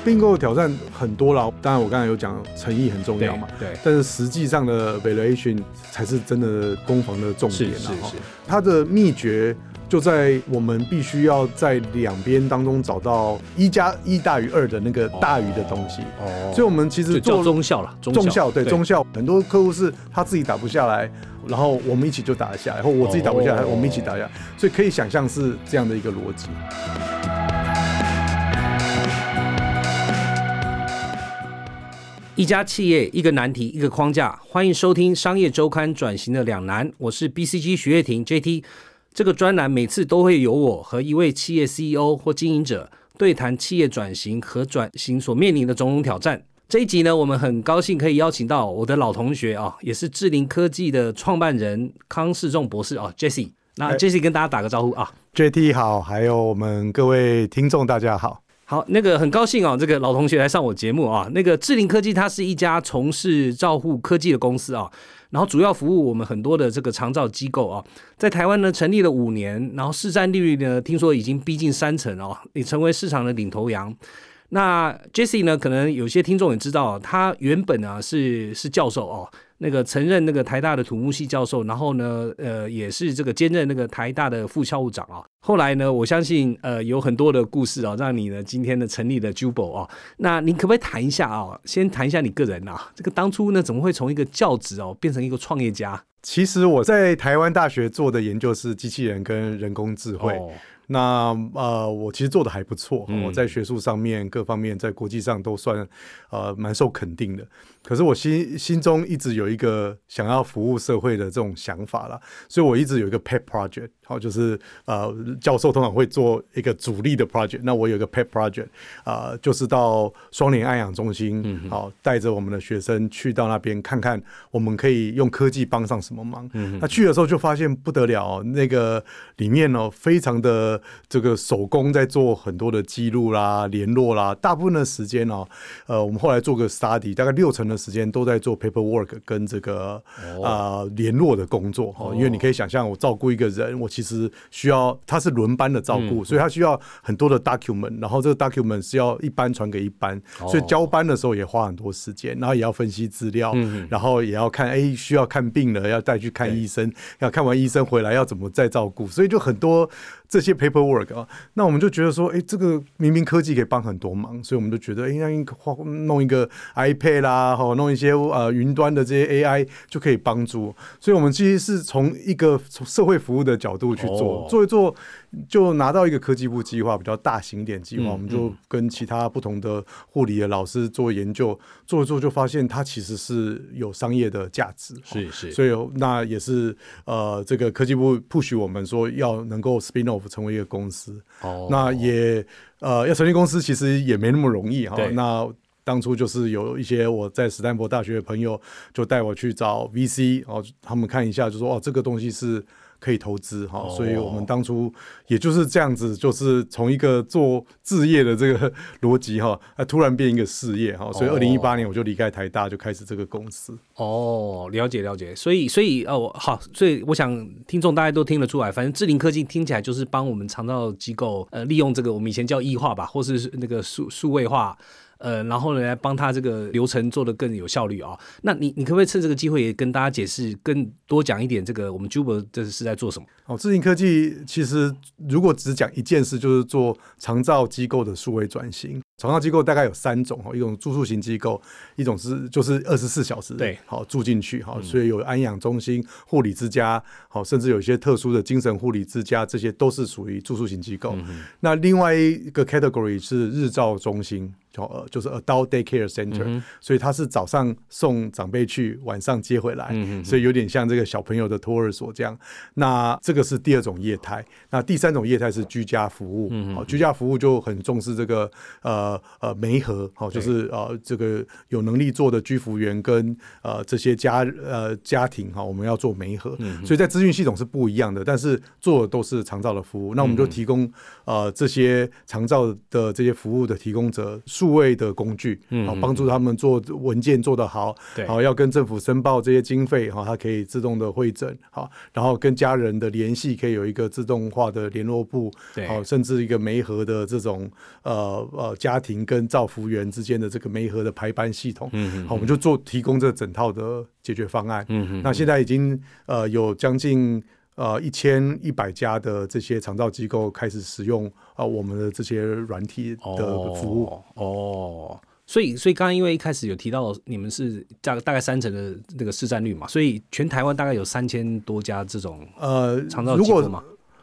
bingo 的挑战很多啦，当然我刚才有讲诚意很重要嘛， 对， 但是实际上的 valuation 才是真的攻防的重点啦。 是它的秘诀就在我们必须要在两边当中找到1+1大于2的那个大于的东西。所以我们其实做中效了， 中效对中效，很多客户是他自己打不下来，然后我们一起就打得下来，然后我自己打不下来，我们一起打下来，所以可以想象是这样的一个逻辑。 一家企业，一个难题，一个框架。欢迎收听商业周刊转型的两难，我是 BCG 徐跃庭 JT。这个专栏每次都会由我和一位企业 CEO 或经营者对谈企业转型和转型所面临的种种挑战。这一集呢，我们很高兴可以邀请到我的老同学啊，也是智霖科技的创办人康世仲博士啊 ，Jesse。那 Jesse 跟大家打个招呼啊 ，JT 好，还有我们各位听众大家好。 好，那个很高兴哦，这个老同学来上我节目啊。那个智霖科技它是一家从事照护科技的公司啊，然后主要服务我们很多的这个长照机构啊，在台湾呢成立了5年，然后市占率呢听说已经逼近30%哦，也成为市场的领头羊。那 Jesse 呢，可能有些听众也知道，他原本啊是教授哦，那个曾任那个台大的土木系教授，然后呢，也是这个兼任那个台大的副校务长啊。后来呢，我相信有很多的故事啊，让你呢今天的成立的 Jubo 啊，那你可不可以谈一下啊？先谈一下你个人啊，这个当初呢怎么会从一个教职哦变成一个创业家？ 其实我在台湾大学做的研究是机器人跟人工智慧。那我其实做的还不错，我在学术上面各方面在国际上都算蛮受肯定的。可是我心中一直有一个想要服务社会的这种想法啦，所以我一直有一个 pet project， 就是教授通常会做一个主力的 project， 那我有一个 pet project， 就是到双联安养中心，带着我们的学生去到那边看看，我们可以用科技帮上什么忙。那去的时候就发现不得了，那个里面非常的这个手工在做很多的记录啦、联络啦，大部分的时间我们后来做个 study， 大概60%的时间都在做 paperwork 跟这个联络的工作。因为你可以想象，我照顾一个人，我其实需要他是轮班的照顾，所以他需要很多的 document， 然后这个 document 是要一班传给一班，所以交班的时候也花很多时间，然后也要分析资料，然后也要看需要看病了要带去看医生，要看完医生回来要怎么再照顾，所以就很多这些 paperwork 那我们就觉得说，这个明明科技可以帮很多忙，所以我们就觉得，弄一个 iPad 啦，弄一些云端的这些 AI 就可以帮助。所以我们其实是从一个社会服务的角度去做一做，就拿到一个科技部计划，比较大型一点计划，我们就跟其他不同的护理的老师做研究，做一做就发现它其实是有商业的价值。 是， 所以那也是这个科技部 push 我们说要能够 spin off 成为一个公司。那也要成立公司其实也没那么容易。那当初就是有一些我在史丹佛大学的朋友就带我去找 VC， 他们看一下就说这个东西是可以投资，所以我们当初也就是这样子，就是从一个做置业的这个逻辑突然变一个事业，所以2018年我就离开台大，就开始这个公司。 了解。所以好，所以我想听众大家都听得出来，反正智霖科技听起来就是帮我们长照机构利用这个我们以前叫异化吧，或是那个数位化。然后呢，来帮他这个流程做得更有效率啊。那你可不可以趁这个机会也跟大家解释，更多讲一点这个我们 Jubo 这是在做什么？ 智霖科技其实如果只讲一件事，就是做长照机构的数位转型。长照机构大概有3种，一种住宿型机构，一种就是24小时住进去，所以有安养中心、护理之家，甚至有一些特殊的精神护理之家，这些都是属于住宿型机构。那另外一个 category 是日照中心，就是 adult daycare center，所以它是早上送长辈去，晚上接回来，所以有点像这个小朋友的托儿所这样。那这个是第2种业态。那第3种业态是居家服务，居家服务就很重视这个媒合，就是这个有能力做的居服员跟这些家庭，我们要做媒合，所以在资讯系统是不一样的，但是做的都是长照的服务。那我们就提供这些长照的这些服务的提供者数数位的工具，帮助他们做文件做得好，好要跟政府申报这些经费，它可以自动的汇整，好，然后跟家人的联系可以有一个自动化的联络簿，好，甚至一个媒合的这种家庭跟照服员之间的这个媒合的排班系统，好，我们就提供这整套的解决方案。那现在已经有将近1100家的这些长照机构开始使用我们的这些软体的服务。 所以刚刚因为一开始有提到你们是大概3成的那个市占率嘛，所以全台湾大概有3000多家这种长照机构嘛。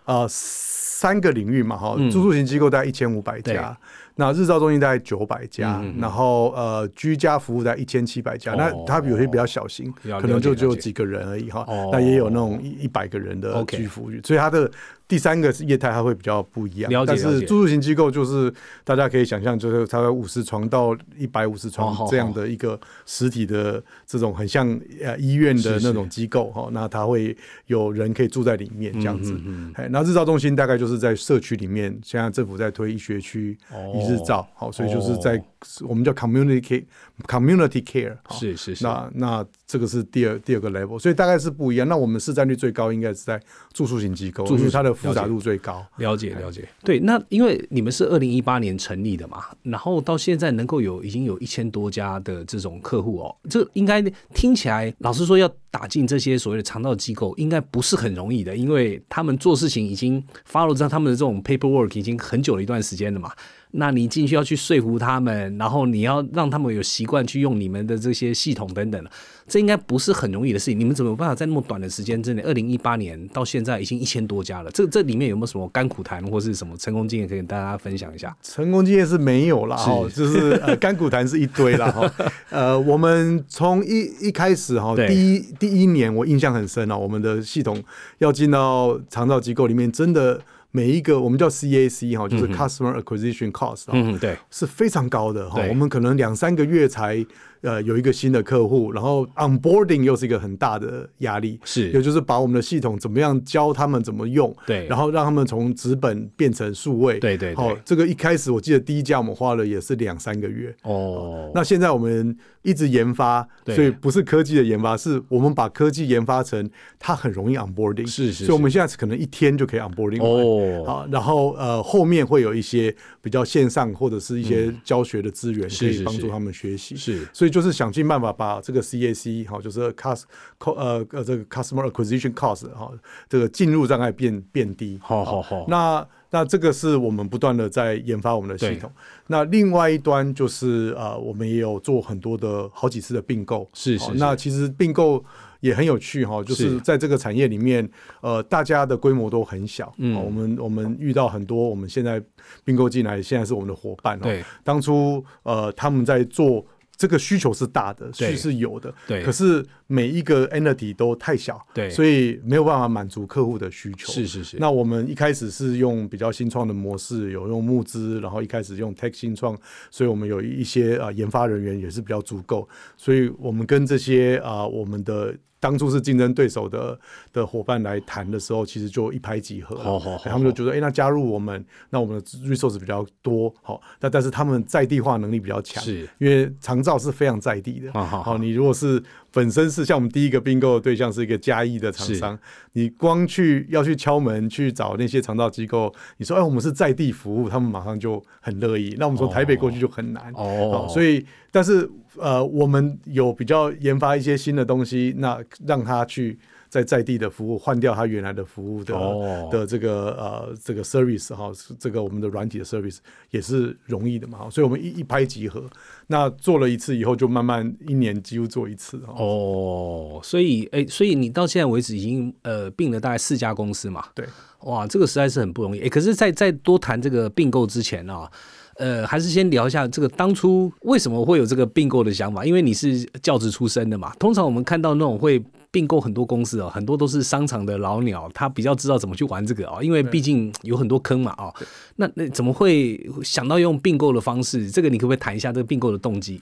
3个领域嘛，住宿型机构大概1500家，那日照中心大概900家，然后居家服务大概1700家，那它有些比较小型，可能就只有几个人而已哈，那也有那种100个人的居服务，所以它的第3个业态它会比较不一样。但是住宿型机构就是大家可以想象，就是大概50床到150床这样的一个实体的这种很像医院的那种机构，那它会有人可以住在里面这样子。那日照中心大概就是在社区里面，现在政府在推医学区一日照，好，所以就是在我们叫 community care， 是。 那这个是第二个 level， 所以大概是不一样。那我们市占率最高应该是在住宿型机构，因为它的复杂度最高。 了解。对，那因为你们是2018年成立的嘛，然后到现在能够已经有1000多家的这种客户这应该听起来，老实说要打进这些所谓的长照机构，应该不是很容易的，因为他们做事情已经 follow 上他们的这种 paperwork 已经很久的一段时间了嘛。那你进去要去说服他们，然后你要让他们有习惯去用你们的这些系统等等，这应该不是很容易的事情。你们怎么有办法在那么短的时间之内，2018年到现在已经1000多家了？这里面有没有什么甘苦谈或是什么成功经验可以跟大家分享一下？ 成功经验是没有啦，就是甘苦谈是一堆啦。我们从一开始第一年我印象很深我们的系统要进到长照机构里面，真的。每一个我们叫 CAC 就是 Customer Acquisition Cost， 对， 是非常高的我们可能2-3个月才有一个新的客户，然后 onboarding 又是一个很大的压力，也就是把我们的系统怎么样教他们怎么用， 对， 然后让他们从纸本变成数位， 对， 这个一开始我记得第一家我们花了也是2-3个月那现在我们一直研发，所以不是科技的研发，是我们把科技研发成它很容易 onboarding， 所以我们现在可能1天就可以 onboarding 完然后后面会有一些比较线上或者是一些教学的资源可以帮助他们学习，所以就是想尽办法把这个 CAC 就是这个 Customer Acquisition Cost 这个进入障碍变低。那这个是我们不断的在研发我们的系统。那另外一端就是我们也有做很多的好几次的并购。那其实并购也很有趣就是在这个产业里面，大家的规模都很小。我们遇到很多我们现在并购进来，现在是我们的伙伴。当初他们在做。这个需求是大的，是有的，可是每一个 entity 都太小，所以没有办法满足客户的需求。那我们一开始是用比较新创的模式，有用募资，然后一开始用 tech 新创，所以我们有一些研发人员也是比较足够，所以我们跟这些我们的。当初是竞争对手的伙伴来谈的时候，其实就一拍即合了。他们就觉得，那加入我们，那我们的 resource 比较多，但是他们在地化能力比较强，因为长照是非常在地的。你如果是本身是像我们第一个并购的对象是一个嘉义的厂商，你光要去敲门去找那些长照机构，你说我们是在地服务，他们马上就很乐意。那我们从台北过去就很难。所以但是我们有比较研发一些新的东西，那让他去在地的服务换掉他原来的服务的这个 service 这个我们的软体的 service 也是容易的嘛，所以我们一拍即合。那做了一次以后，就慢慢1年几乎做一次。 所以你到现在为止已经并了大概4家公司嘛？ 对， 哇，这个实在是很不容易。可是在多谈这个并购之前还是先聊一下这个当初为什么会有这个并购的想法，因为你是教职出身的嘛。通常我们看到那种会并购很多公司很多都是商场的老鸟，他比较知道怎么去玩这个因为毕竟有很多坑嘛那怎么会想到用并购的方式？这个你可不可以谈一下这个并购的动机？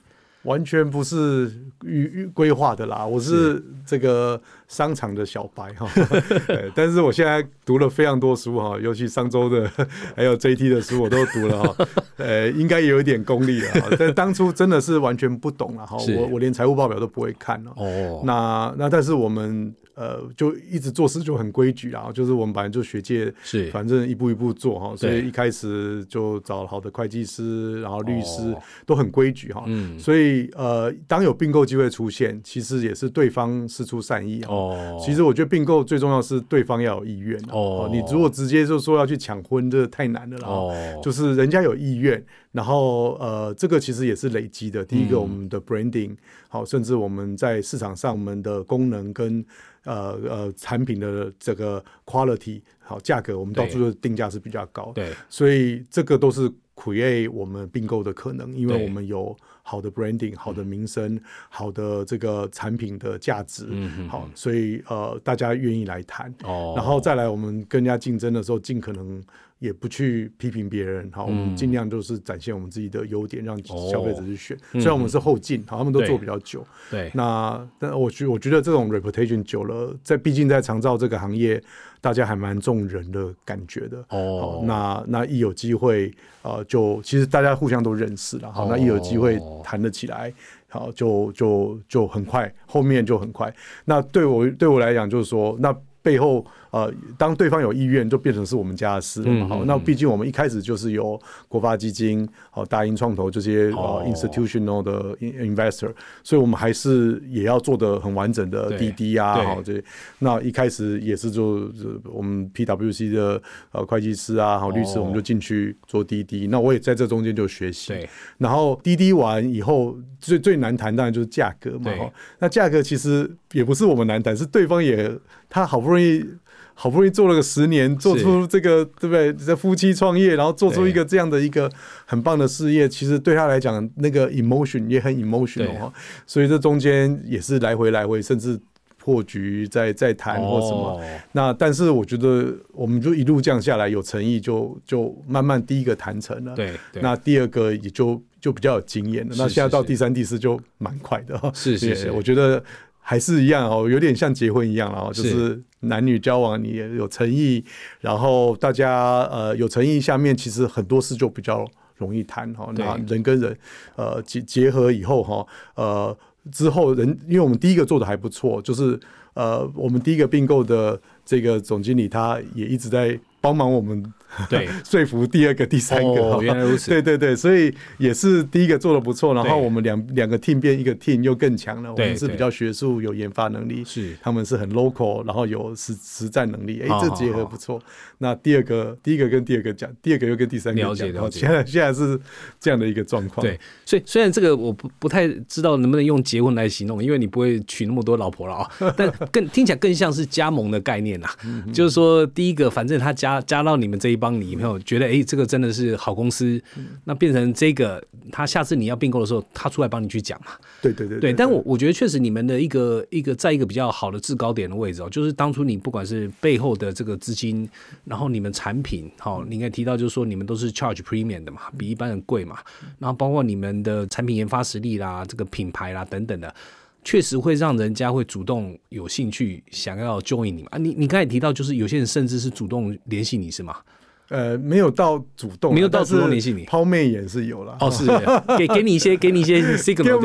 完全不是规划的啦，我是这个商场的小白哈，但是我现在读了非常多书哈，尤其上周的还有 JT 的书我都读了哈，应该有一点功力了，但当初真的是完全不懂了哈，我连财务报表都不会看哦，那但是我们就一直做事就很规矩啦，就是我们本来就学界反正一步一步做哈，所以一开始就找好的会计师，然后律师都很规矩哈，所以当有并购机会出现，其实也是对方释出善意哦。其实我觉得并购最重要是对方要有意愿哦。你如果直接就说要去抢婚，这太难了啦。就是人家有意愿，然后这个其实也是累积的。第一个，我们的 branding 好，甚至我们在市场上我们的功能跟产品的这个 quality 好价格，我们到处的定价是比较高。对，所以这个都是 create 我们并购的可能，因为我们有好的 branding、好的名声、好的这个产品的价值，好，所以大家愿意来谈。然后再来，我们跟人家竞争的时候，尽可能也不去批评别人，好，我们尽量就是展现我们自己的优点，让消费者去选。虽然我们是后进，好，他们都做比较久，对，但我觉得这种 reputation 久了，毕竟在长照这个行业，大家还蛮重人的感觉的。那一有机会，就其实大家互相都认识了，好，那一有机会谈得起来，好，就很快，后面就很快。那对我来讲，就是说，那背后当对方有意愿，就变成是我们家的事了嘛。好，那毕竟我们一开始就是由国发基金、大英创投这些institutional 的 investor， 所以我们还是也要做的很完整的滴滴啊，好，那一开始也是就我们 PwC 的会计师啊，好，律师，我们就进去做滴滴。那我也在这中间就学习，然后滴滴完以后，最难谈当然就是价格嘛。那价格其实也不是我们难谈，是对方他好不容易做了个10年，做出这个对不对？这夫妻创业，然后做出一个这样的一个很棒的事业，其实对他来讲，那个 emotion 也很 emotional， 所以这中间也是来回，甚至破局再谈或什么。那但是我觉得我们就一路这样下来，有诚意就慢慢第一个谈成了，对，那第二个也就比较有经验了。那现在到第3、第4就蛮快的，是，我觉得。还是一样哦，有点像结婚一样哦，就是男女交往，你有诚意，然后大家有诚意，下面其实很多事就比较容易谈哈。那人跟人结合以后哈，之后因为我们第一个做的还不错，就是我们第一个并购的这个总经理他也一直在帮忙我们。对，说服第二个、第三个， 原来如此。 对，所以也是第一个做的不错，然后我们两个 team 变一个 team 又更强了。我们是比较学术、有研发能力，是他们是很 local， 然后有实战能力。这结合不错。那第一个跟第二个讲，第二个又跟第三个讲，了解。现在是这样的一个状况。 对，所以虽然这个我不太知道能不能用结婚来形容，因为你不会娶那么多老婆了啊，但听起来更像是加盟的概念啦。就是说，第一个反正他加到你们这一帮里面，觉得这个真的是好公司，那变成这个他下次你要并购的时候，他出来帮你去讲嘛。对，但我觉得确实你们的一个在一个比较好的制高点的位置就是当初你不管是背后的这个资金，然后你们产品你应该提到就是说你们都是 charge premium 的嘛，比一般人贵嘛，然后包括你们的产品研发实力啦，这个品牌啦等等的。确实会让人家会主动有兴趣想要 join 你嘛？你刚才提到就是有些人甚至是主动联系你是吗？ 没有到主动联系你， 抛媚眼是有啦。 是给你一些 signal，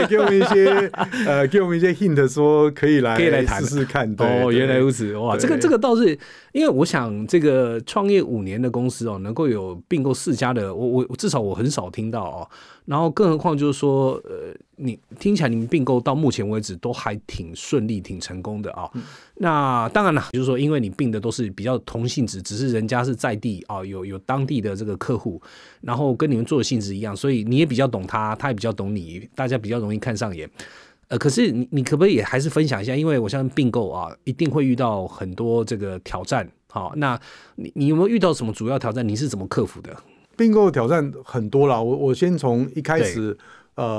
给我们一些 hint 说可以来谈试试看。 原来如此，哇，这个倒是，因为我想这个创业5年的公司能够有并购4家的，我至少我很少听到然后更何况就是说，你听起来你们并购到目前为止都还挺顺利、挺成功的那当然了，就是说，因为你并的都是比较同性质，只是人家是在地有当地的这个客户，然后跟你们做的性质一样，所以你也比较懂他，他也比较懂你，大家比较容易看上眼。可是你可不可以也还是分享一下？因为我相信并购一定会遇到很多这个挑战。好，那你有没有遇到什么主要挑战？你是怎么克服的？ 并购挑战很多啦，我先从一开始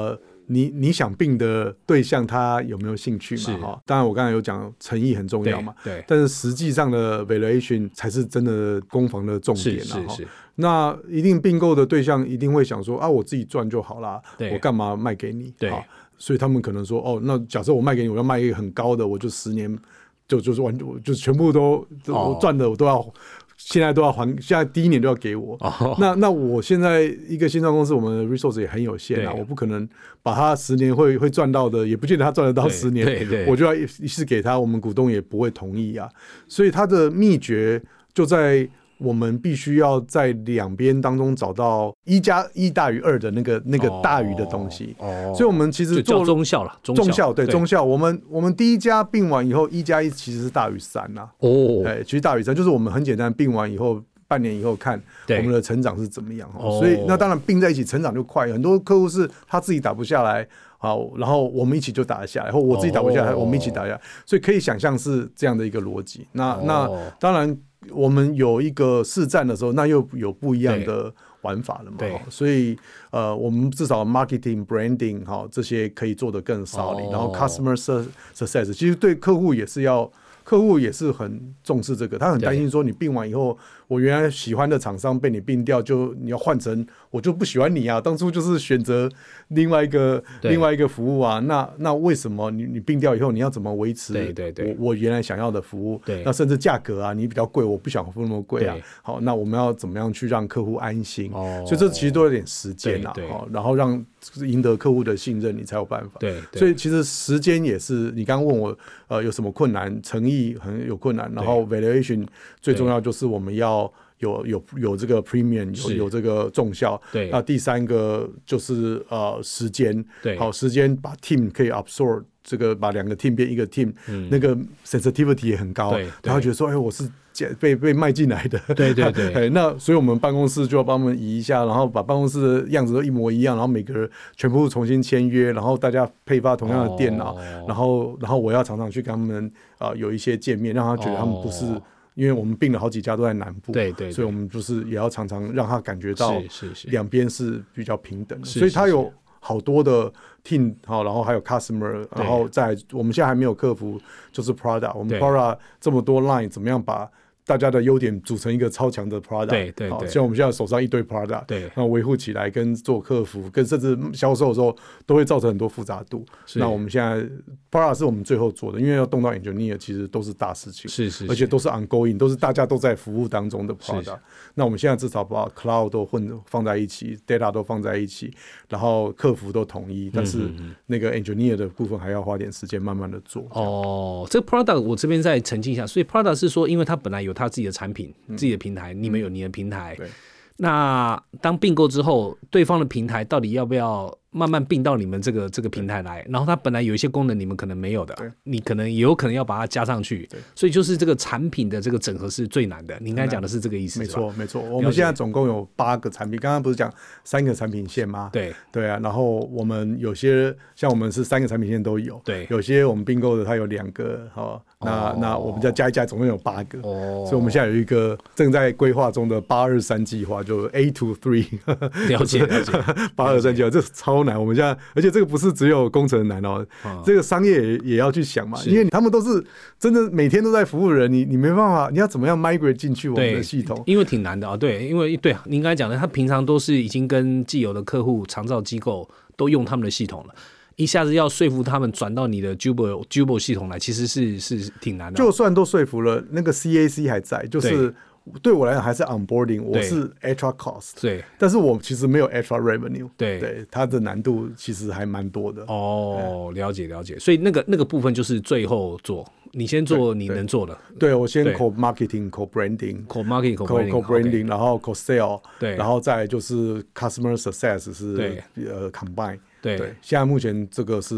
你想并的对象他有没有兴趣嘛？当然我刚才有讲诚意很重要嘛， 对， 但是实际上的 valuation 才是真的攻防的重点啊。 是。 那一定并购的对象一定会想说啊，我自己赚就好啦，我干嘛卖给你？ 对， 所以他们可能说哦，那假设我卖给你，我要卖一个很高的，我就10年就是全部都我赚的我都要。现在都要还，现在第1年都要给我。那我现在一个新创公司，我们的 resource 也很有限啊，我不可能把他10年会赚到的，也不见得他赚得到10年，我就要一次给他，我们股东也不会同意啊。所以他的秘诀就在我们必须要在两边当中找到1+1大于2的那个大于的东西。所以我们其实做中效了， 中效对中效。我们第一家并完以后，1+1其实是大于3啦。其实大于3，就是我们很简单，并完以后半年以后看我们的成长是怎么样。所以那当然并在一起成长就快。很多客户是他自己打不下来。好，然后我们一起就打得下来，或我自己打不下来，我们一起打下来，所以可以想象是这样的一个逻辑。那当然，我们有一个市占的时候，那又有不一样的玩法了嘛。所以我们至少 marketing branding 这些可以做得更solid，然后 customer success 其实对客户也是很重视这个，他很担心说你并完以后，我原来喜欢的厂商被你并掉，就你要换成我就不喜欢你啊，当初就是选择另外一个服务啊，那为什么你并掉以后你要怎么维持我原来想要的服务？那甚至价格啊，你比较贵，我不想付那么贵啊。好，那我们要怎么样去让客户安心？所以这其实都有点时间啊，然后让赢得客户的信任，你才有办法。所以其实时间也是你刚刚问我有什么困难，诚意很有困难，然后 valuation 最重要就是我们要有这个 premium， 有这个重效。那第3个就是时间。好，时间把 team 可以 absorb 这个把2个 team 变一个 team，那个 sensitivity 也很高，他会觉得说，我是被卖进来的。对。那所以我们办公室就要帮他们移一下，然后把办公室的样子都一模一样，然后每个人全部重新签约，然后大家配发同样的电脑，然后我要常常去跟他们有一些见面，让他觉得他们不是。因为我们并了好几家都在南部，所以我们就是也要常常让他感觉到两边是比较平等的，所以他有好多的 team， 然后还有 customer， 然后再我们现在还没有克服就是 product， 我们 product 这么多 line 怎么样把大家的优点组成一个超强的 product， 对，像我们现在手上一堆 product， 然后维护起来跟做客服跟甚至销售的时候都会造成很多复杂度。那我们现在 product 是我们最后做的，因为要动到 engineer 其实都是大事情，是，而且都是 ongoing， 都是大家都在服务当中的 product。那我们现在至少把 cloud 都放在一起 ，data 都放在一起，然后客服都统一，但是那个 engineer 的部分还要花点时间慢慢的做。 这个 product 我这边再澄清一下，所以 product 是说，因为它本来有他自己的产品、自己的平台，你们有你的平台。那当并购之后，对方的平台到底要不要慢慢并到你们这个平台来？然后它本来有一些功能你们可能没有的，你可能也有可能要把它加上去。所以就是这个产品的这个整合是最难的。你刚才讲的是这个意思， 没错。我们现在总共有8个产品，刚刚不是讲3个产品线吗？对啊。然后我们有些像我们是3个产品线都有，有些我们并购的它有2个，那我们再加一加，总共有8个。所以我们现在有一个正在规划中的823计划，就 A to 3。 了解。 823计划，这超难。我们现在，而且这个不是只有工程难哦，这个商业也要去想嘛，因为他们都是真的每天都在服务人，你没办法，你要怎么样 migrate 进去我们的系统？ 因为挺难的啊。对，因为您刚才讲的，他平常都是已经跟既有的客户、长照机构都用他们的系统了。一下子要说服他们转到你的 Jubal 系统来，其实是挺难的。 就算都说服了，那个 CAC 还在，就是对我来讲还是 onboarding， 我是 extra cost， 对，但是我其实没有 extra revenue， 对，它的难度其实还蛮多的。 了解，所以那个部分就是最后做，你先做你能做的。 对，我先 co marketing、co branding、co branding， 然后 co sale， 对，然后再来就是 customer success 是combine。对，现在目前这个是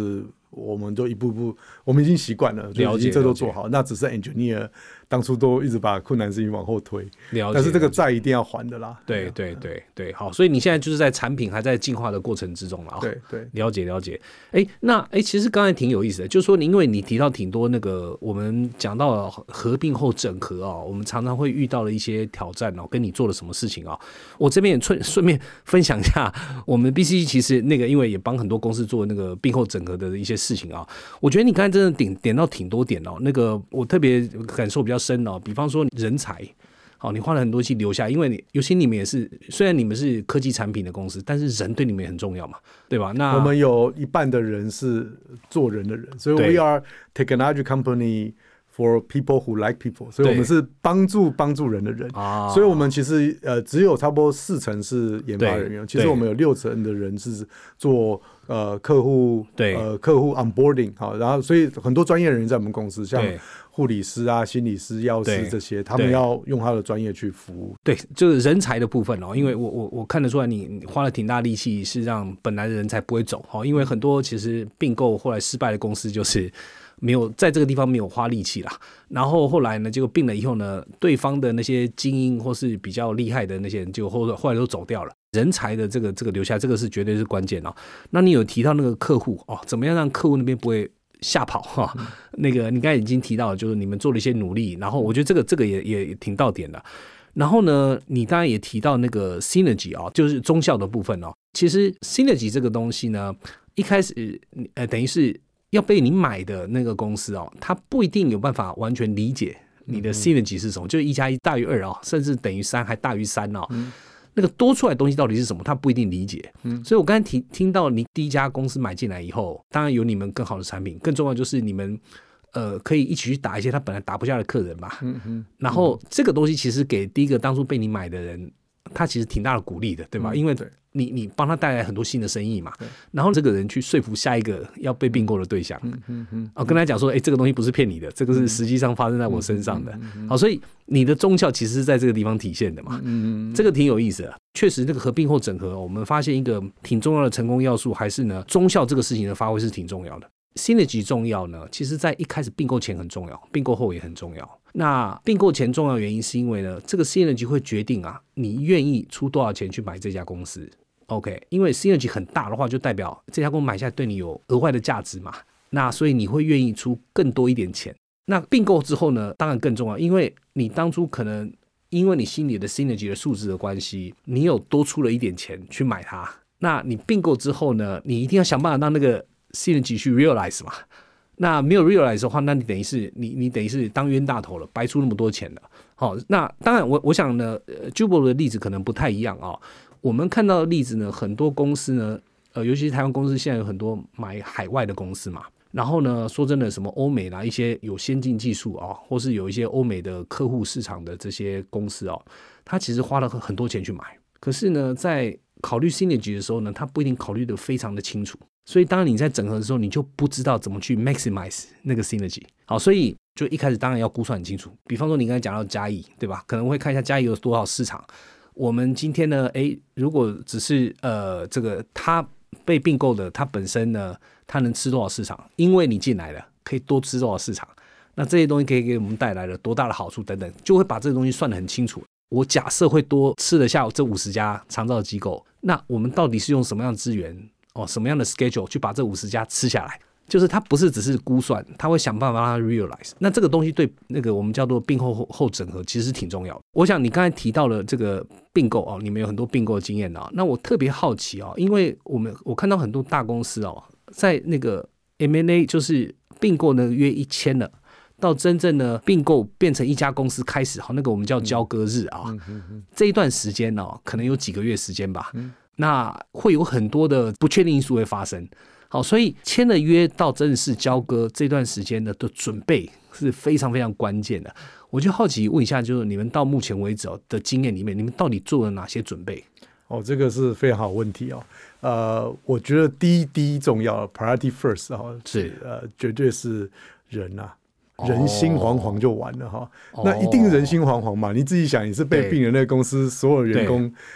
我们就一步步，我们已经习惯了，就已经这都做好，那只是 engineer 当初都一直把困难事情往后推，但是这个债一定要还的啦。 对对对对，好，所以你现在就是在产品还在进化的过程之中了。 对对， 了解了解。其实刚才挺有意思的，就是说因为你提到挺多那个我们讲到了合并后整合啊，我们常常会遇到的一些挑战哦，跟你做了什么事情啊？我这边也顺便分享一下，我们 BCG 其实那个因为也帮很多公司做那个并后整合的一些事情啊，我觉得你刚才真的点到挺多点哦，那个我特别感受比较深哦，比方说人才。好，你花了很多气留下，因为尤其你们也是，虽然你们是科技产品的公司，但是人对你们也很重要嘛，对吧？那我们有一半的人是做人的人，所以 we are technology company for people who like people， 所以我们是帮助人的人，所以我们其实只有差不多40%是研发人员，其实我们有60%的人是做客户onboarding， 好，然后所以很多专业人员在我们公司，像护理师啊、心理师、药师这些，他们要用他的专业去服务。对， 就是人才的部分哦，因为我看得出来你花了挺大力气，是让本来的人才不会走哦，因为很多其实并购后来失败的公司就是没有在这个地方没有花力气啦，然后后来呢，结果并了以后呢，对方的那些精英或是比较厉害的那些人，就后来都走掉了。人才的这个留下，这个是绝对是关键哦。那你有提到那个客户哦，怎么样让客户那边不会吓跑哈？那个你刚才已经提到了，就是你们做了一些努力，然后我觉得这个也挺到点的。然后呢，你当然也提到那个 synergy 哦，就是中效的部分哦。其实 synergy 这个东西呢，一开始等于是要被你买的那个公司哦，他不一定有办法完全理解你的 synergy 是什么，就是1+1大于2哦，甚至等于3还大于3哦。那个多出来的东西到底是什么，他不一定理解。所以我刚才听到你第一家公司买进来以后，当然有你们更好的产品，更重要就是你们可以一起去打一些他本来打不下的客人嘛。然后这个东西其实给第一个当初被你买的人，他其实挺大的鼓励的，对吧？因为你帮他带来很多新的生意嘛，然后这个人去说服下一个要被并购的对象，跟他讲说，这个东西不是骗你的，这个是实际上发生在我身上的。好，所以你的忠孝其实是在这个地方体现的嘛，这个挺有意思的。确实，这个合并后整合，我们发现一个挺重要的成功要素，还是呢，忠孝这个事情的发挥是挺重要的。synergy 重要呢，其实在一开始并购前很重要，并购后也很重要。那并购前重要原因是因为呢，这个 synergy 会决定你愿意出多少钱去买这家公司。OK， 因为 synergy 很大的话，就代表这家公司买下来对你有额外的价值嘛，那所以你会愿意出更多一点钱。那并购之后呢，当然更重要，因为你当初可能因为你心里的 synergy 的数字的关系，你有多出了一点钱去买它。那你并购之后呢，你一定要想办法让那个 synergy 去 realize 嘛。那没有 realize 的话，那你等于是你等于是当冤大头了，白出那么多钱了。好，那当然我想呢，Jubal 的例子可能不太一样啊。我们看到的例子呢，很多公司呢，尤其是台湾公司，现在有很多买海外的公司嘛。然后呢，说真的，什么欧美啦，一些有先进技术啊，或是有一些欧美的客户市场的这些公司哦，他其实花了很多钱去买。可是呢，在考虑 synergy 的时候呢，他不一定考虑的非常的清楚。所以当你在整合的时候，你就不知道怎么去 maximize 那个 synergy。好，所以就一开始当然要估算很清楚。比方说你刚才讲到嘉义，对吧？可能会看一下嘉义有多少市场。我们今天呢，如果只是这个它被并购的，它本身呢，它能吃多少市场？因为你进来了，可以多吃多少市场？那这些东西可以给我们带来了多大的好处等等，就会把这个东西算得很清楚。我假设会多吃得下这50家长照机构，那我们到底是用什么样的资源什么样的 schedule 去把这50家吃下来？就是它不是只是估算，它会想办法让它 realize。那这个东西对那个我们叫做并后整合其实是挺重要的。我想你刚才提到了这个并购你们有很多并购的经验那我特别好奇因为我看到很多大公司在那个 M&A 就是并购呢约一签了，到真正的并购变成一家公司开始那个我们叫交割日这一段时间可能有几个月时间吧，那会有很多的不确定因素会发生。好，所以签了约到正式交割这段时间的准备是非常非常关键的。我就好奇问一下，就是你们到目前为止的经验里面，你们到底做了哪些准备？ 这个是非常好的问题我觉得第一重要 priority first 是绝对是人人心惶惶就完了那一定人心惶惶嘛。你自己想，你是被并的那个公司所有员工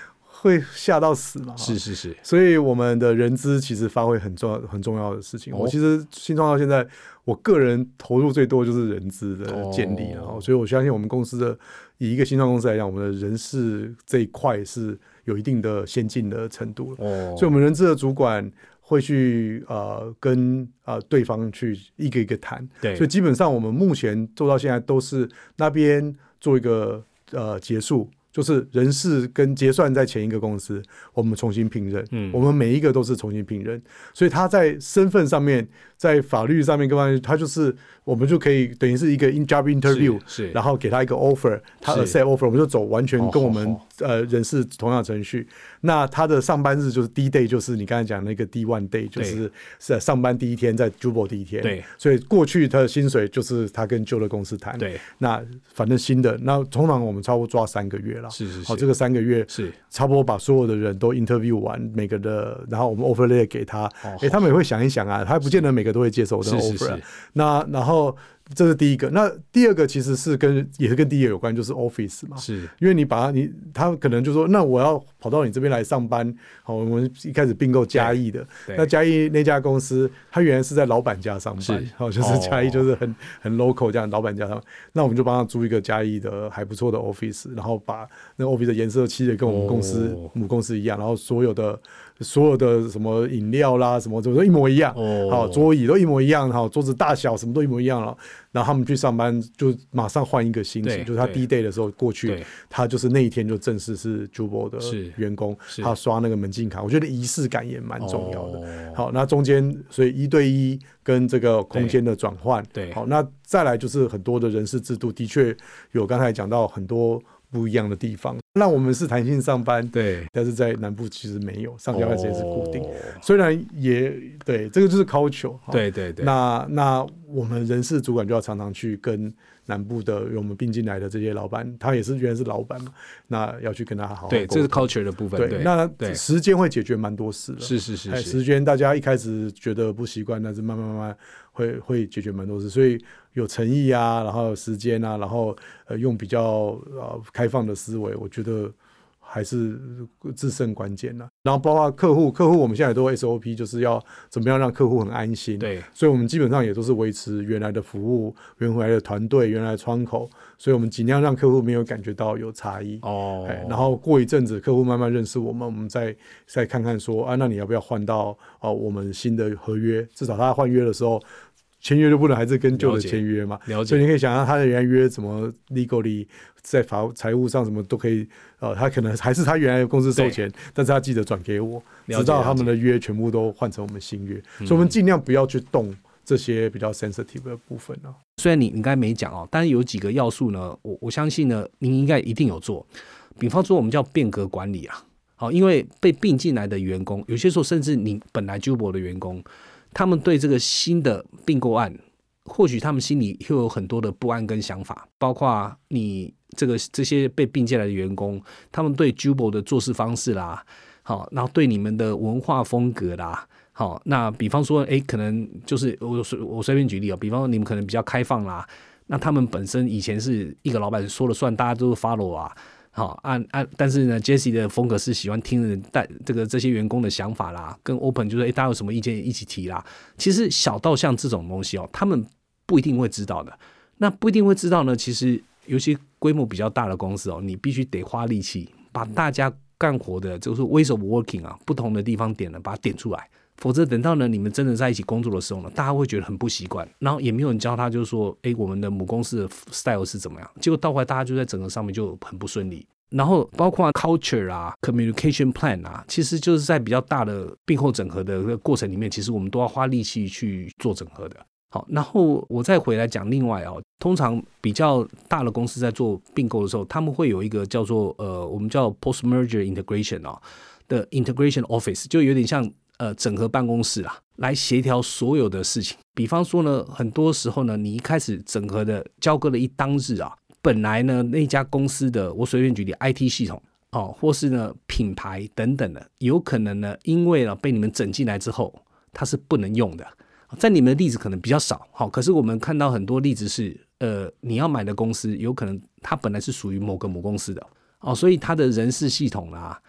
会吓到死嘛。 是， 所以我们的人资其实发挥很重要的事情。我其实新创到现在，我个人投入最多就是人资的建立，然后所以我相信我们公司的以一个新创公司来讲，我们的人事这一块是有一定的先进的程度所以我们人资的主管会去跟对方去一个一个谈，所以基本上我们目前做到现在都是那边做一个结束，就是人事跟结算在前一个公司，我们重新聘任，我们每一个都是重新聘任，所以他在身份上面，在法律上面各方面，他就是我们就可以等于是一个 job interview， 然后给他一个 offer， 他 accept offer， 我们就走完全跟我们人事同样的程序。那他的上班日就是 D day， 就是你刚才讲那个 D1 day， 就是上班第一天，在 Jubal 第一天。对，所以过去他的薪水就是他跟旧的公司谈。对，那反正新的，那通常我们差不多抓3个月了。是，好，这个3个月是差不多把所有的人都 interview 完，每个的，然后我们 offer letter 给他，他们也会想一想啊，他不见得每个都会接受这个 offer。那然后。这是第一个，那第二个其实也是跟第一个有关，就是 office 嘛，是因为他可能就说，那我要跑到你这边来上班，好，我们一开始并购嘉义的，那嘉义那家公司，他原来是在老板家上班，好，就是嘉义就是很 local 这样，老板家上班，那我们就帮他租一个嘉义的还不错的 office， 然后把那个 office 的颜色漆的跟我们公司母公司一样，然后所有的什么饮料啦，什么都一模一样，好，桌椅都一模一样，好，桌子大小什么都一模一样了。然后他们去上班就马上换一个心情，就是他第一 day 的时候过去，他就是那一天就正式是 Jubal 的员工，他刷那个门禁卡，我觉得仪式感也蛮重要的。好，那中间所以1对1跟这个空间的转换，好，那再来就是很多的人事制度，的确有刚才讲到很多不一样的地方。那我们是弹性上班，对，但是在南部其实没有，上下班时间是固定。虽然也对，这个就是 culture。对。那我们人事主管就要常常去跟南部的我们并进来的这些老板，他也是原来是老板嘛，那要去跟他好好沟通。对，这是 culture 的部分。对，那时间会解决蛮多事的。是。时间大家一开始觉得不习惯，但是慢慢会解决蛮多事，所以有诚意啊，然后有时间啊，然后用比较开放的思维，我觉得还是制胜关键啦。然后包括客户我们现在都有 SOP， 就是要怎么样让客户很安心。对，所以我们基本上也都是维持原来的服务、原来的团队、原来的窗口，所以我们尽量让客户没有感觉到有差异。然后过一阵子，客户慢慢认识我们再看看说那你要不要换到我们新的合约？至少他换约的时候。签约就不能还是跟旧的签约嘛？所以你可以想象他的原来约怎么 legally 在财务上什么都可以，他可能还是他原来的公司收钱，但是他记得转给我，直到他们的约全部都换成我们新约，所以我们尽量不要去动这些比较 sensitive 的部分啊。 虽然你应该没讲但是有几个要素呢，我相信呢，您应该一定有做，比方说我们叫变革管理啊。好，因为被并进来的员工，有些时候甚至你本来 Jubal 的员工。他们对这个新的并购案，或许他们心里会有很多的不安跟想法，包括你这些被并进来的员工，他们对 Jubal 的做事方式啦，好，然后对你们的文化风格啦，好，那比方说，可能就是我随便举例比方说你们可能比较开放啦，那他们本身以前是一个老板说了算，大家都是 follow 啊。好，但是呢 ，Jesse 的风格是喜欢听人这些员工的想法啦，跟 open 就是大家有什么意见一起提啦。其实小到像这种东西他们不一定会知道的。那不一定会知道呢，其实尤其规模比较大的公司你必须得花力气把大家干活的就是 ways of working 不同的地方点了，把它点出来。否则等到呢你们真的在一起工作的时候呢，大家会觉得很不习惯，然后也没有人教他，就是说我们的母公司的 style 是怎么样，结果到后来大家就在整个上面就很不顺利。然后包括 culture communication plan 其实就是在比较大的并购整合的过程里面，其实我们都要花力气去做整合的。好，然后我再回来讲另外通常比较大的公司在做并购的时候，他们会有一个叫做我们叫 post merger integration 的 integration office， 就有点像整合办公室来协调所有的事情。比方说呢，很多时候呢，你一开始整合的交割的一当日本来呢那家公司的，我随便举例 IT 系统或是呢品牌等等的，有可能呢因为被你们整进来之后，它是不能用的。在你们的例子可能比较少，可是我们看到很多例子是你要买的公司有可能它本来是属于某个母公司的所以它的人事系统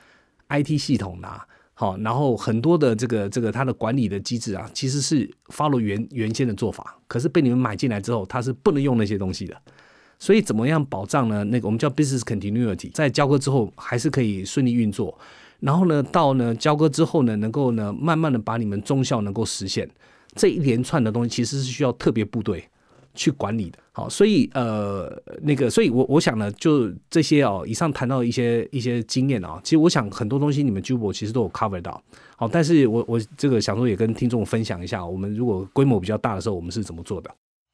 IT 系统啦，好，然后很多的这个它的管理的机制啊，其实是 follow 原先的做法，可是被你们买进来之后，它是不能用那些东西的。所以怎么样保障呢？那个我们叫 business continuity， 在交割之后还是可以顺利运作。然后呢，到呢交割之后呢，能够呢慢慢的把你们中效能够实现。这一连串的东西其实是需要特别部队去管理的。好，所以所以我想呢，就这些以上谈到一些经验其实我想很多东西你们 Jubal 其实都有 cover 到。好，但是我这个想说也跟听众分享一下，我们如果规模比较大的时候，我们是怎么做的。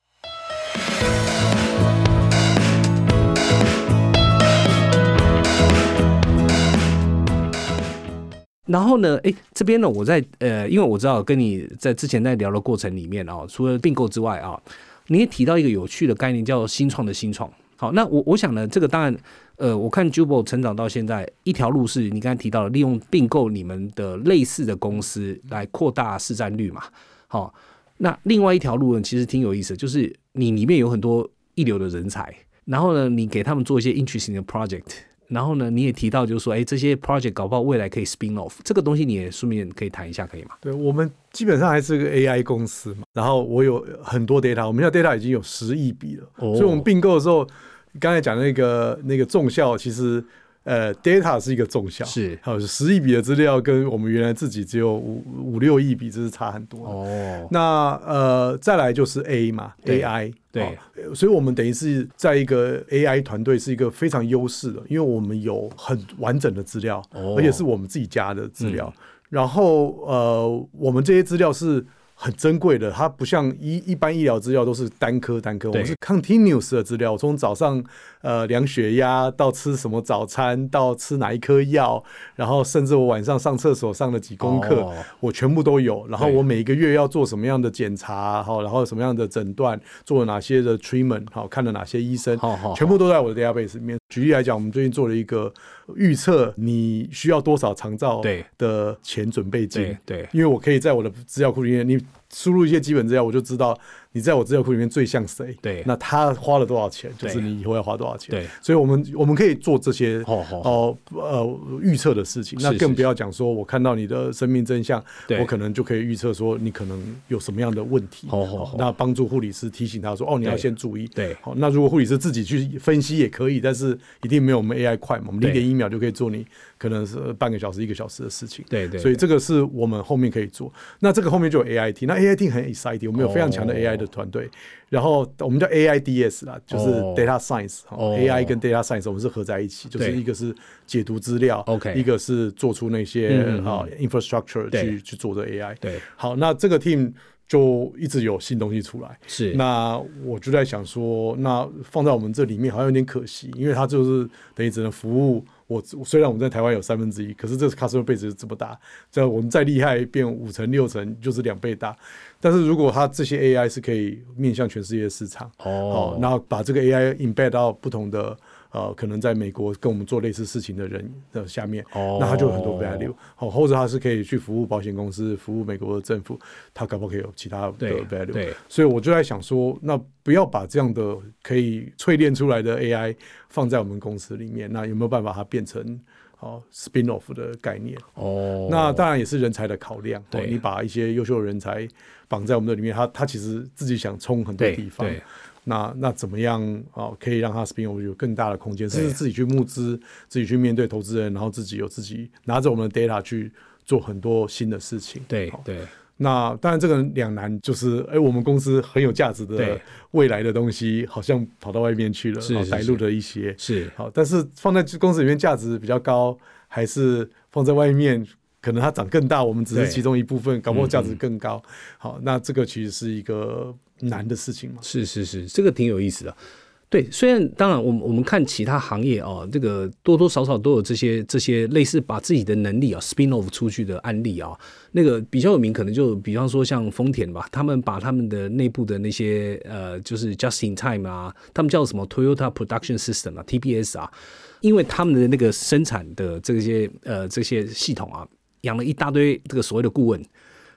然后呢，这边呢，我在因为我知道跟你在之前在聊的过程里面除了并购之外你也提到一个有趣的概念，叫新创的新创。好，那我想呢，这个当然，我看 Jubal 成长到现在，一条路是你刚才提到的，利用并购你们的类似的公司来扩大市占率嘛。好，那另外一条路呢，其实挺有意思的，就是你里面有很多一流的人才，然后呢，你给他们做一些 interesting 的 project。然后呢，你也提到就是说，这些 project 搞不好未来可以 spin off， 这个东西你也顺便可以谈一下，可以吗？ 对，我们基本上还是个 AI 公司嘛，然后我有很多 data， 我们现在 data 已经有10亿笔了，所以我们并购的时候，刚才讲那个重效，其实data 是一个重效， 是， 还有10亿笔的资料跟我们原来自己只有5-6亿笔，这是差很多的。那再来就是 A 嘛 ，AI。 对， 所以我们等于是在一个 AI 团队是一个非常优势的，因为我们有很完整的资料，而且是我们自己家的资料。然后我们这些资料是很珍贵的，它不像一般医疗资料都是单科，我们是 continuous 的资料，从早上量血压到吃什么早餐，到吃哪一颗药，然后甚至我晚上上厕所上了几公克，我全部都有。然后我每个月要做什么样的检查，然后什么样的诊断，做了哪些的 treatment， 看了哪些医生，全部都在我的 database 里面。举例来讲，我们最近做了一个预测，你需要多少长照的钱准备金？对，因为我可以在我的资料库里面，你输入一些基本资料，我就知道你在我资料库里面最像谁。对，那他花了多少钱，就是你以后要花多少钱。对，所以我们可以做这些预测的事情。那更不要讲说，我看到你的生命真相，我可能就可以预测说你可能有什么样的问题。那帮助护理师提醒他说，你要先注意。对，好，那如果护理师自己去分析也可以，但是一定没有我们 AI 快嘛。我们0.1秒就可以做你可能是半个小时、1个小时的事情。对，所以这个是我们后面可以做。那这个后面就有 AI team， 那 AI team 很 exciting， 我们有非常强的 AI 的团队。然后我们叫 AIDS 啦，就是 Data Science，AI 跟 Data Science 我们是合在一起，就是一个是解读资料，一个是做出那些infrastructure 去做的 AI。对，好，那这个 team 就一直有新东西出来。是，那我就在想说，那放在我们这里面好像有点可惜，因为它就是等于只能服务虽然我们在台湾有1/3，可是这 customer base 是这么大，这我们再厉害变5成6成就是2倍大。但是如果它这些 AI 是可以面向全世界的市场，然后把这个 AI embed 到不同的可能在美国跟我们做类似事情的人的下面，那他就有很多 value，或者他是可以去服务保险公司、服务美国的政府，他搞不好可以有其他的 value。所以我就在想说，那不要把这样的可以淬炼出来的 AI 放在我们公司里面，那有没有办法它变成spin off 的概念？那当然也是人才的考量。你把一些优秀的人才绑在我们的里面，他其实自己想冲很多地方。那怎么样可以让他 spin off 有更大的空间？甚至自己去募资，自己去面对投资人，然后自己拿着我们的 data 去做很多新的事情。对。那当然这个两难，就是我们公司很有价值的未来的东西，好像跑到外面去了，带入了一些好，但是放在公司里面价值比较高，还是放在外面，可能它长更大，我们只是其中一部分，搞不好价值更高。好，那这个其实是一个难的事情嘛。是， 这个挺有意思的。对，虽然当然我们看其他行业这个多多少少都有这些类似把自己的能力spin off 出去的案例那个比较有名，可能就比方说像丰田吧，他们把他们的内部的那些就是 just in time 他们叫什么 Toyota Production System TPS 因为他们的那个生产的这些系统养了一大堆这个所谓的顾问。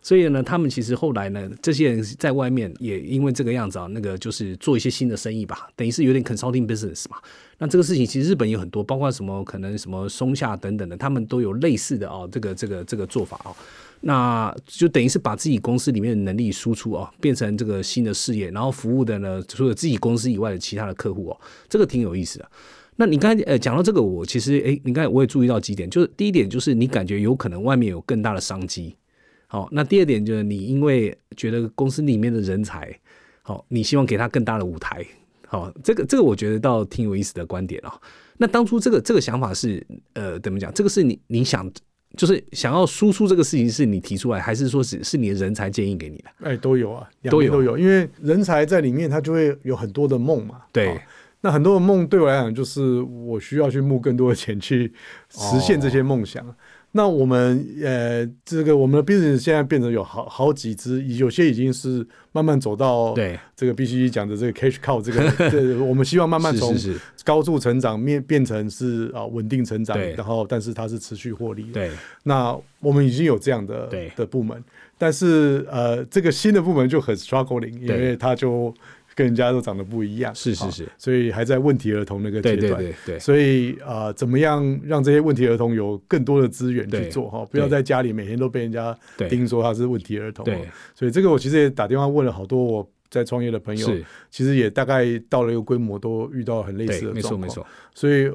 所以呢，他们其实后来呢，这些人在外面也因为这个样子那个就是做一些新的生意吧，等于是有点 consulting business 嘛。那这个事情其实日本有很多，包括什么可能什么松下等等的，他们都有类似的这个做法那就等于是把自己公司里面的能力输出变成这个新的事业，然后服务的呢，除了自己公司以外的其他的客户这个挺有意思的。那你刚才讲到这个，我其实你刚才我也注意到几点，就是第一点就是你感觉有可能外面有更大的商机。好，那第二点就是你因为觉得公司里面的人才好，你希望给他更大的舞台。好，这个我觉得倒挺有意思的观点那当初这个想法是怎么讲？这个是你想就是想要输出这个事情是你提出来，还是说是你的人才建议给你的？ 都有啊，两边都有，因为人才在里面，他就会有很多的梦嘛。 对。 那很多的梦对我来讲，就是我需要去募更多的钱去实现这些梦想。那我们我们的 business 现在变成有好几支，有些已经是慢慢走到这个必须讲的这个 cash cow 这个我们希望慢慢从高速成长变成是稳定成长，然后但是它是持续获利。 对， 那我们已经有这样的部门，但是这个新的部门就很 struggling， 因为它就跟人家都长得不一样， 是， 所以还在问题儿童那个阶段， 对， 所以怎么样让这些问题儿童有更多的资源去做不要在家里每天都被人家盯说他是问题儿童。对，所以这个我其实也打电话问了好多我在创业的朋友，其实也大概到了一个规模都遇到很类似的状况，没错。所以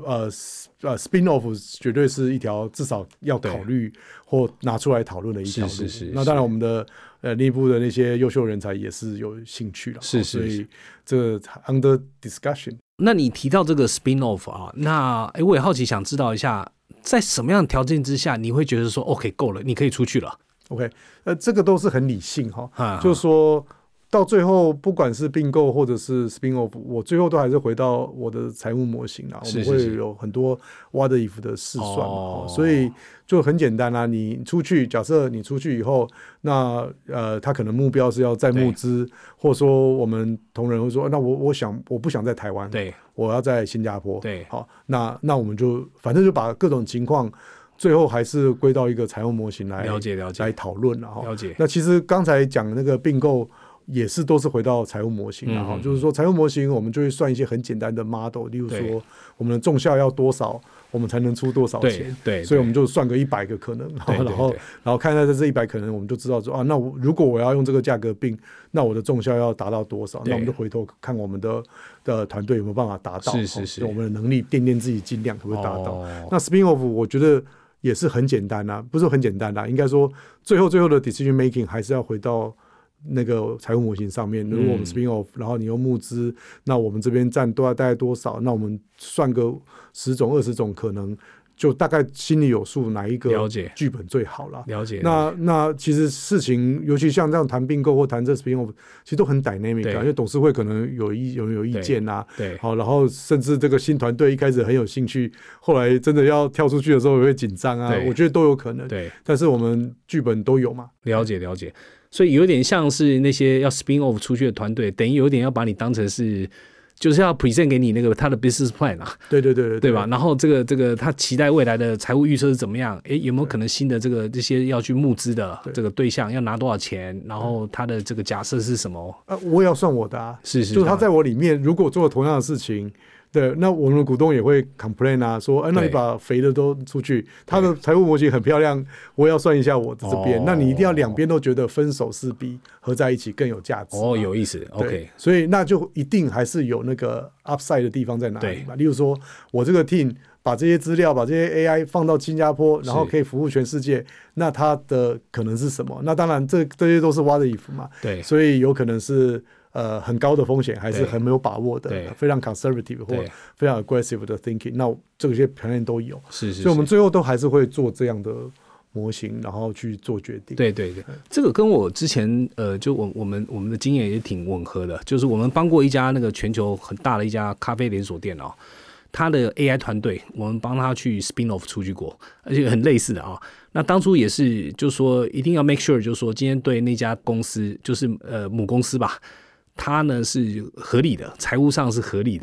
spin off 绝对是一条至少要考虑或拿出来讨论的一条路。是。那当然我们的内部的那些优秀人才也是有兴趣了，所以这个 under discussion。 那你提到这个 spin off 那我也好奇想知道一下，在什么样的条件之下你会觉得说 OK 够了，你可以出去了 ？OK， 这个都是很理性就是说。到最后，不管是并购或者是 spin off， 我最后都还是回到我的财务模型我们会有很多 what if 的试算所以就很简单你出去，假设你出去以后，那他可能目标是要再募资，或者说我们同仁会说，那我不想在台湾，我要在新加坡，好，那我们就反正就把各种情况。最后还是归到一个财务模型来了解来讨论了解。那其实刚才讲那个并购。也是都是回到财务模型就是说财务模型我们就会算一些很简单的 model， 例如说我们的重效要多少，我们才能出多少钱，所以我们就算个100个可能，然后看在这100可能，我们就知道说那如果我要用这个价格并，那我的重效要达到多少，那我们就回头看我们的团队有没有办法达到，是我们的能力掂自己尽量可不可以达到。那 spin off 我觉得也是很简单不是很简单应该说最后的 decision making 还是要回到那个财务模型上面。如果我们 spin off， 然后你用募资，那我们这边占大概多少？那我们算个10种20种可能，就大概心里有数，哪一个剧本最好了。 了解。 那其实事情，尤其像这样谈并购或谈这 spin off， 其实都很 dynamic 因为董事会可能有意见对， 好，然后甚至这个新团队一开始很有兴趣，后来真的要跳出去的时候也会紧张我觉得都有可能。对，但是我们剧本都有嘛。 了解。所以有点像是那些要 spin off 出去的团队，等于有点要把你当成是，就是要 present 给你那个他的 business plan 对吧？然后这个他期待未来的财务预测是怎么样？有没有可能新的这些要去募资的这个对象要拿多少钱？然后他的这个假设是什么？ 我也要算我的是， 就是他在我里面如果做了同样的事情。对，那我们的股东也会 complain 说那你把肥的都出去，他的财务模型很漂亮，我也要算一下我的这边，那你一定要两边都觉得分手是比合在一起更有价值。 有意思 ，OK， 所以那就一定还是有那个 upside 的地方在哪里嘛？例如说我这个 team 把这些资料、把这些 AI 放到新加坡，然后可以服务全世界，那它的可能是什么？那当然这些都是 what if 嘛，对，所以有可能是。很高的风险，还是很没有把握的，非常 conservative 或非常 aggressive 的 thinking， 那这些条件都有，所以我们最后都还是会做这样的模型，然后去做决定。 对，这个跟我之前就我们的经验也挺吻合的，就是我们帮过一家那个全球很大的一家咖啡连锁店他的 AI 团队，我们帮他去 spin off 出去过，而且很类似的那当初也是，就是说一定要 make sure， 就是说今天对那家公司，就是母公司吧。它呢是合理的，财务上是合理的，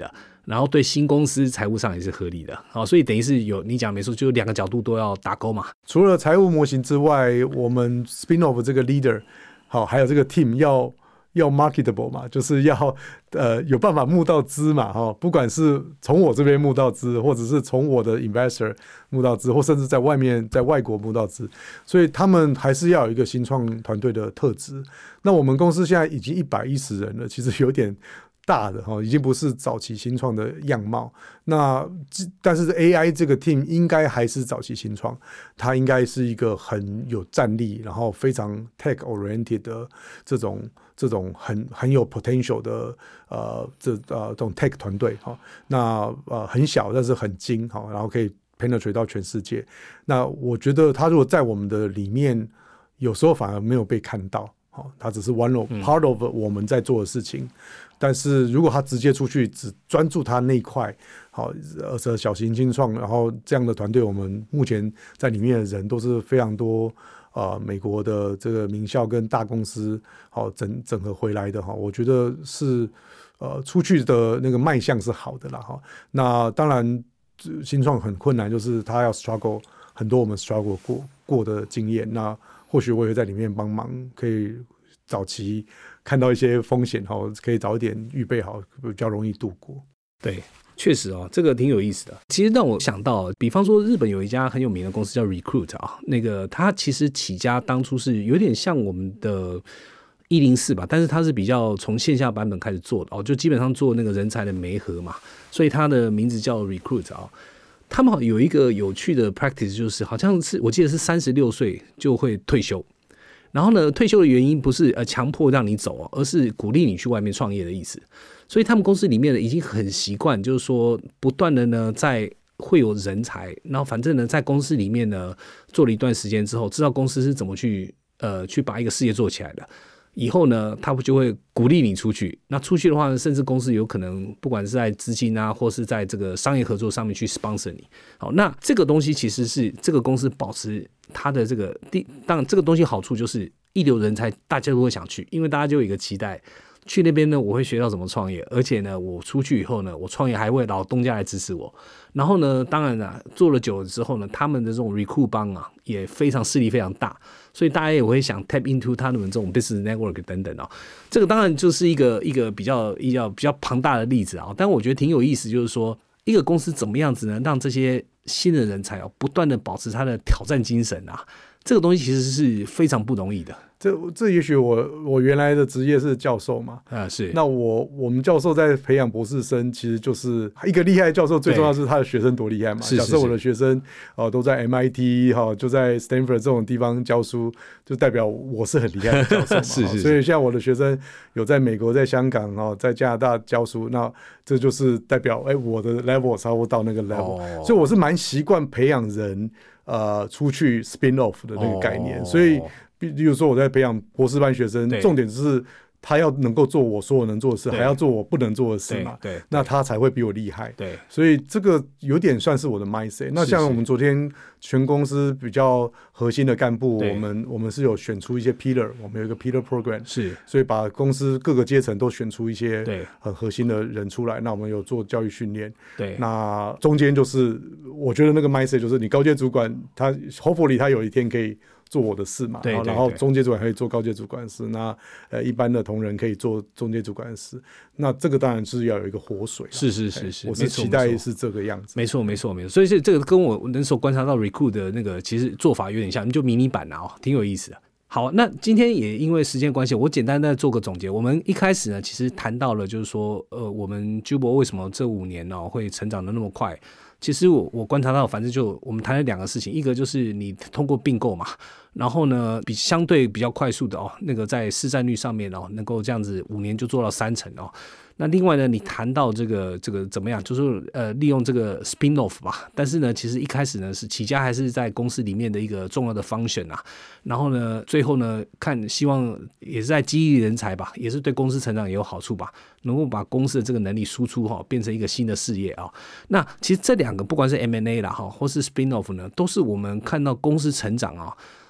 然后对新公司财务上也是合理的。好，所以等于是有你讲没错，就两个角度都要打勾嘛。 除了财务模型之外，我们 spin-off 这个 leader 好，还有这个 team 要 marketable 嘛，就是要有办法募到资嘛，不管是从我这边募到资，或者是从我的 investor 募到资，或甚至在外面在外国募到资，所以他们还是要有一个新创团队的特质。那我们公司现在已经110人了，其实有点大的已经不是早期新创的样貌。那但是 AI 这个 team 应该还是早期新创，它应该是一个很有战力，然后非常 tech oriented 的这种很有 potential 的这种 tech 团队。那很小但是很精，然后可以 penetrate 到全世界。那我觉得他如果在我们的里面，有时候反而没有被看到，他只是 part of 我们在做的事情。但是如果他直接出去只专注他那一块，好，小型新创，然后这样的团队，我们目前在里面的人都是非常多，美国的这个名校跟大公司，好整合回来的哈，我觉得是出去的那个卖相是好的啦哈。那当然新创很困难，就是他要 struggle 很多我们 struggle 过的经验，那或许我也在里面帮忙，可以早期看到一些风险，可以早一点预备好，比较容易度过。 对，确实这个挺有意思的。其实让我想到，比方说日本有一家很有名的公司叫 Recruit 那个它其实起家当初是有点像我们的104吧，但是它是比较从线下版本开始做的就基本上做那个人才的媒合嘛，所以它的名字叫 Recruit 他们有一个有趣的 practice， 就是好像是我记得是36岁就会退休。然后呢，退休的原因不是强迫让你走而是鼓励你去外面创业的意思。所以他们公司里面呢已经很习惯，就是说不断的呢在会有人才，然后反正呢在公司里面呢做了一段时间之后，知道公司是怎么去把一个事业做起来的。以后呢，他就会鼓励你出去。那出去的话呢，甚至公司有可能不管是在资金啊，或是在这个商业合作上面去 sponsor 你。好，那这个东西其实是这个公司保持它的这个当然这个东西好处就是一流人才大家都会想去，因为大家就有一个期待，去那边呢我会学到怎么创业，而且呢我出去以后呢，我创业还会老东家来支持我。然后呢，当然啦，做了久了之后呢，他们的这种 recruit 帮也非常势力非常大，所以大家也会想 tap into 他们这种 business network 等等这个当然就是一个比较庞大的例子但我觉得挺有意思，就是说一个公司怎么样子呢，让这些新的人才不断的保持他的挑战精神这个东西其实是非常不容易的。 这也许我原来的职业是教授嘛， 是。 那我们教授在培养博士生，其实就是一个厉害的教授，最重要是他的学生多厉害嘛。假设我的学生都在 MIT 就在 Stanford 这种地方教书，就代表我是很厉害的教授嘛。是。所以像我的学生有在美国、在香港、在加拿大教书，那这就是代表我的 level 差不多到那个 level，所以我是蛮习惯培养人出去 spin off 的那个概念，所以。比如说我在培养博士班学生，重点是他要能够做我说我能做的事，还要做我不能做的事嘛，对，那他才会比我厉害。对，所以这个有点算是我的 mindset。那像我们昨天全公司比较核心的干部，我们是有选出一些 pillar， 我们有一个 pillar program， 是，所以把公司各个阶层都选出一些很核心的人出来。那我们有做教育训练，对，那中间就是我觉得那个 mindset 就是你高阶主管他 hopefully 他有一天可以做我的事嘛，然后中阶主管可以做高阶主管的事，那一般的同仁可以做中阶主管的事，那这个当然是要有一个活水。是，我是期待是这个样子。没错。 所以这个跟我那时候观察到 Recruit 的那个其实做法有点像，就迷你版挺有意思的。好，那今天也因为时间关系，我简单的做个总结。我们一开始呢，其实谈到了就是说，我们 Jubo 为什么这5年会成长的那么快。其实我观察到，反正就我们谈了2个事情，一个就是你通过并购嘛，然后呢相对比较快速的那个在市占率上面能够这样子5年就做到3成那另外呢，你谈到这个怎么样，就是利用这个 spin off 吧，但是呢，其实一开始呢是起家还是在公司里面的一个重要的 function 然后呢，最后呢希望也是在激励人才吧，也是对公司成长也有好处吧，能够把公司的这个能力输出变成一个新的事业那其实这2个不管是 M&A 啦或是 spin off 呢，都是我们看到公司成长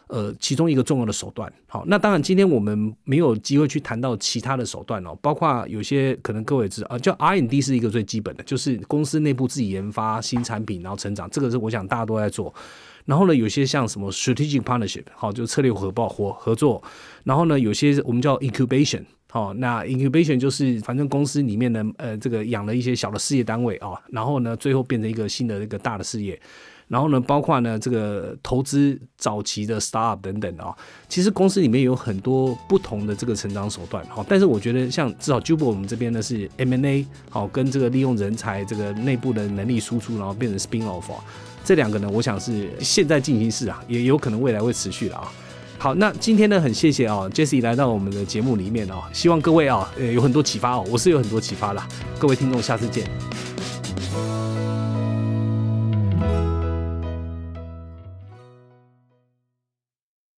其中一个重要的手段。好，那当然今天我们没有机会去谈到其他的手段哦，包括有些可能各位知道，叫 R&D 是一个最基本的，就是公司内部自己研发新产品，然后成长，这个是我想大家都在做。然后呢，有些像什么 strategic partnership， 好，就是策略合作。然后呢，有些我们叫 incubation， 好，那 incubation 就是反正公司里面呢，这个养了一些小的事业单位啊，然后呢，最后变成一个新的一个大的事业。然后呢，包括呢这个投资早期的 startup 等等啊，其实公司里面有很多不同的这个成长手段。好，但是我觉得像至少 Jubal 我们这边呢是 M&A， 好，跟这个利用人才这个内部的能力输出，然后变成 spin off 啊。这两个呢，我想是现在进行式啊，也有可能未来会持续的啊。好，那今天呢，很谢谢啊 Jesse 来到我们的节目里面啊，希望各位啊，有很多启发哦，我是有很多启发啦。各位听众，下次见。